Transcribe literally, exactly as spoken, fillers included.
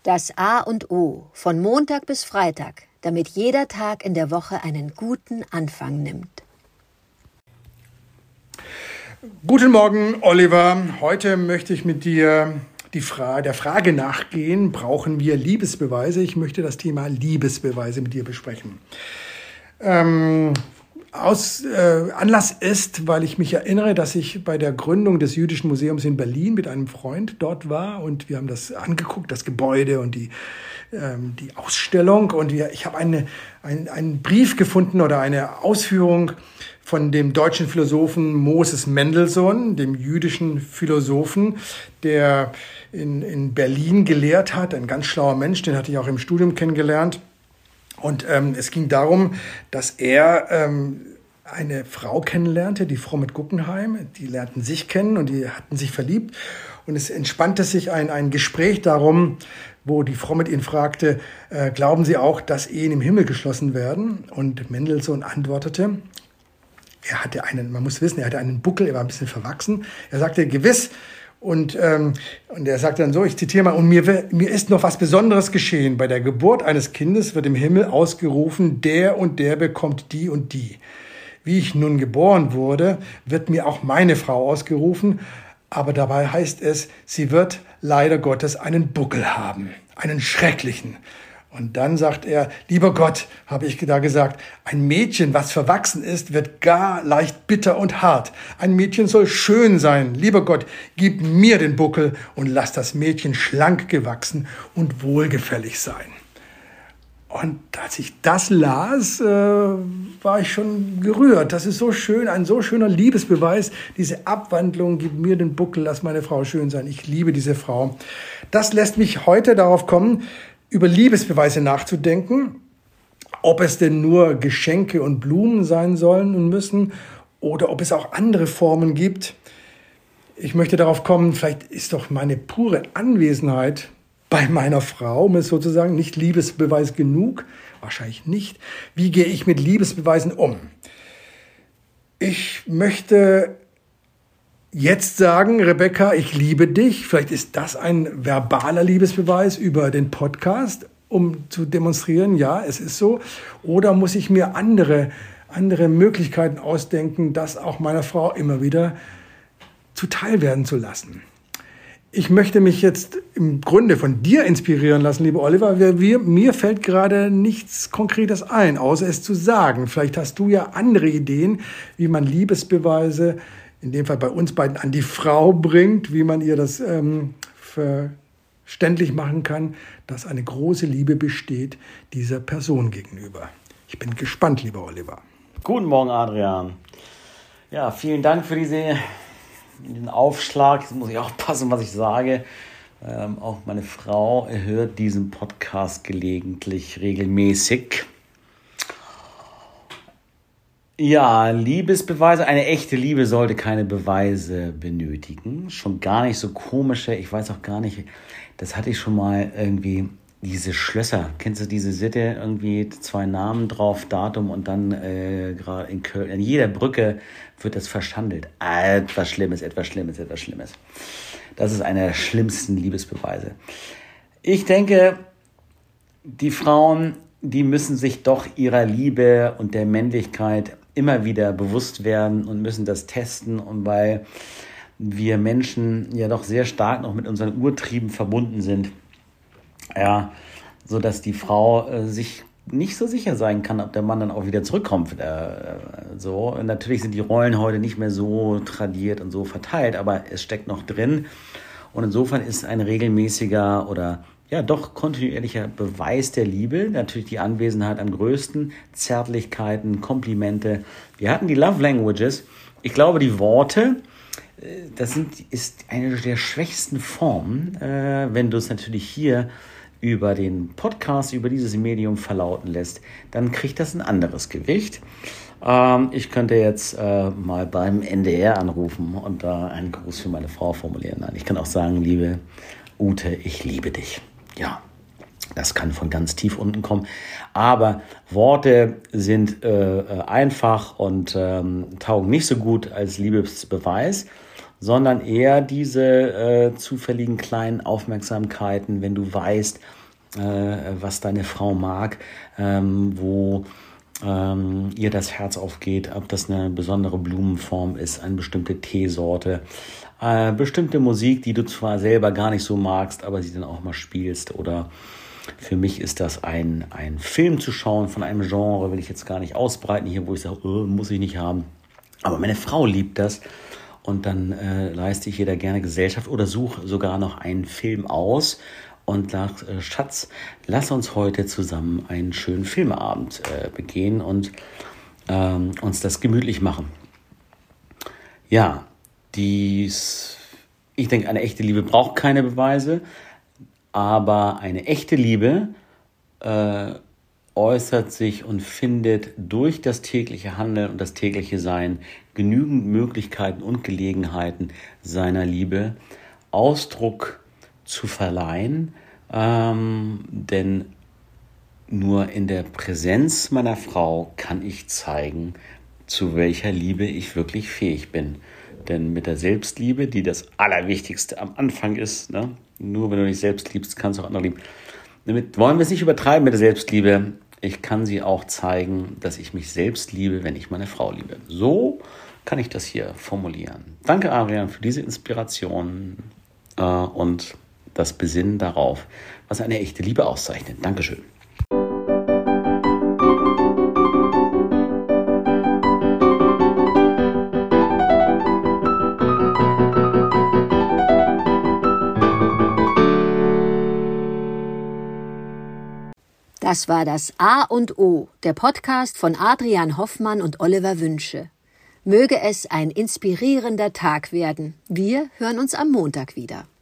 Das A und O von Montag bis Freitag, damit jeder Tag in der Woche einen guten Anfang nimmt. Guten Morgen, Oliver. Heute möchte ich mit dir die Fra- der Frage nachgehen, brauchen wir Liebesbeweise? Ich möchte das Thema Liebesbeweise mit dir besprechen. Ähm, aus, äh, Anlass ist, weil ich mich erinnere, dass ich bei der Gründung des Jüdischen Museums in Berlin mit einem Freund dort war und wir haben das angeguckt, das Gebäude und die, ähm, die Ausstellung. Und wir, ich habe eine, ein, einen Brief gefunden oder eine Ausführung von dem deutschen Philosophen Moses Mendelssohn, dem jüdischen Philosophen, der in, in Berlin gelehrt hat, ein ganz schlauer Mensch, den hatte ich auch im Studium kennengelernt. Und ähm, es ging darum, dass er ähm, eine Frau kennenlernte, die Frau mit Guggenheim. Die lernten sich kennen und die hatten sich verliebt. Und es entspannte sich ein, ein Gespräch darum, wo die Frau mit ihnen fragte, äh, glauben Sie auch, dass Ehen im Himmel geschlossen werden? Und Mendelssohn antwortete, er hatte einen, man muss wissen, er hatte einen Buckel, er war ein bisschen verwachsen. Er sagte, gewiss. Und, ähm, und er sagte dann so, ich zitiere mal, und mir, mir ist noch was Besonderes geschehen. Bei der Geburt eines Kindes wird im Himmel ausgerufen, der und der bekommt die und die. Wie ich nun geboren wurde, wird mir auch meine Frau ausgerufen. Aber dabei heißt es, sie wird leider Gottes einen Buckel haben, einen schrecklichen. Und dann sagt er, lieber Gott, habe ich da gesagt, ein Mädchen, was verwachsen ist, wird gar leicht bitter und hart. Ein Mädchen soll schön sein. Lieber Gott, gib mir den Buckel und lass das Mädchen schlank gewachsen und wohlgefällig sein. Und als ich das las, äh, war ich schon gerührt. Das ist so schön, ein so schöner Liebesbeweis. Diese Abwandlung, gib mir den Buckel, lass meine Frau schön sein. Ich liebe diese Frau. Das lässt mich heute darauf kommen, über Liebesbeweise nachzudenken, ob es denn nur Geschenke und Blumen sein sollen und müssen oder ob es auch andere Formen gibt. Ich möchte darauf kommen, vielleicht ist doch meine pure Anwesenheit bei meiner Frau, um es sozusagen, nicht Liebesbeweis genug, wahrscheinlich nicht. Wie gehe ich mit Liebesbeweisen um? Ich möchte jetzt sagen, Rebecca, ich liebe dich. Vielleicht ist das ein verbaler Liebesbeweis über den Podcast, um zu demonstrieren, ja, es ist so. Oder muss ich mir andere, andere Möglichkeiten ausdenken, das auch meiner Frau immer wieder zuteil werden zu lassen? Ich möchte mich jetzt im Grunde von dir inspirieren lassen, lieber Oliver. Wir, wir, mir fällt gerade nichts Konkretes ein, außer es zu sagen. Vielleicht hast du ja andere Ideen, wie man Liebesbeweise in dem Fall bei uns beiden an die Frau bringt, wie man ihr das ähm, verständlich machen kann, dass eine große Liebe besteht dieser Person gegenüber. Ich bin gespannt, lieber Oliver. Guten Morgen, Adrian. Ja, vielen Dank für diese, diesen Aufschlag. Jetzt muss ich auch passen, was ich sage. Ähm, auch meine Frau hört diesen Podcast gelegentlich regelmäßig. Ja, Liebesbeweise. Eine echte Liebe sollte keine Beweise benötigen. Schon gar nicht so komische. Ich weiß auch gar nicht, das hatte ich schon mal irgendwie, diese Schlösser. Kennst du diese Sitte? Irgendwie zwei Namen drauf, Datum und dann äh, gerade in Köln. An jeder Brücke wird das verschandelt. Etwas Schlimmes, etwas Schlimmes, etwas Schlimmes. Das ist einer der schlimmsten Liebesbeweise. Ich denke, die Frauen, die müssen sich doch ihrer Liebe und der Männlichkeit immer wieder bewusst werden und müssen das testen. Und weil wir Menschen ja doch sehr stark noch mit unseren Urtrieben verbunden sind, ja, so dass die Frau äh, sich nicht so sicher sein kann, ob der Mann dann auch wieder zurückkommt. Äh, so. Und natürlich sind die Rollen heute nicht mehr so tradiert und so verteilt, aber es steckt noch drin. Und insofern ist ein regelmäßiger oder ja doch kontinuierlicher Beweis der Liebe natürlich die Anwesenheit am größten, Zärtlichkeiten, Komplimente. Wir hatten die Love Languages. Ich glaube, die Worte, das sind, ist eine der schwächsten Formen, äh, wenn du es natürlich hier über den Podcast, über dieses Medium verlauten lässt, dann kriegt das ein anderes Gewicht. Ähm, ich könnte jetzt äh, mal beim N D R anrufen und da einen Gruß für meine Frau formulieren. Nein, ich kann auch sagen, liebe Ute, ich liebe dich. Ja, das kann von ganz tief unten kommen. Aber Worte sind äh, einfach und ähm, taugen nicht so gut als Liebesbeweis, sondern eher diese äh, zufälligen kleinen Aufmerksamkeiten, wenn du weißt, äh, was deine Frau mag, ähm, wo ähm, ihr das Herz aufgeht, ob das eine besondere Blumenform ist, eine bestimmte Teesorte, äh, bestimmte Musik, die du zwar selber gar nicht so magst, aber sie dann auch mal spielst. Oder für mich ist das ein, ein Film zu schauen von einem Genre, will ich jetzt gar nicht ausbreiten hier, wo ich sage, oh, muss ich nicht haben. Aber meine Frau liebt das. Und dann äh, leiste ich ihr da gerne Gesellschaft oder suche sogar noch einen Film aus und sage, äh, Schatz, lass uns heute zusammen einen schönen Filmabend äh, begehen und ähm, uns das gemütlich machen. Ja, dies, ich denke, eine echte Liebe braucht keine Beweise, aber eine echte Liebe äh, äußert sich und findet durch das tägliche Handeln und das tägliche Sein genügend Möglichkeiten und Gelegenheiten seiner Liebe Ausdruck zu verleihen, ähm, denn nur in der Präsenz meiner Frau kann ich zeigen, zu welcher Liebe ich wirklich fähig bin. Denn mit der Selbstliebe, die das Allerwichtigste am Anfang ist, ne? Nur wenn du dich selbst liebst, kannst du auch andere lieben. Damit wollen wir es nicht übertreiben mit der Selbstliebe. Ich kann sie auch zeigen, dass ich mich selbst liebe, wenn ich meine Frau liebe. So kann ich das hier formulieren. Danke, Adrian, für diese Inspiration äh, und das Besinnen darauf, was eine echte Liebe auszeichnet. Dankeschön. Das war das A und O, der Podcast von Adrian Hoffmann und Oliver Wünsche. Möge es ein inspirierender Tag werden. Wir hören uns am Montag wieder.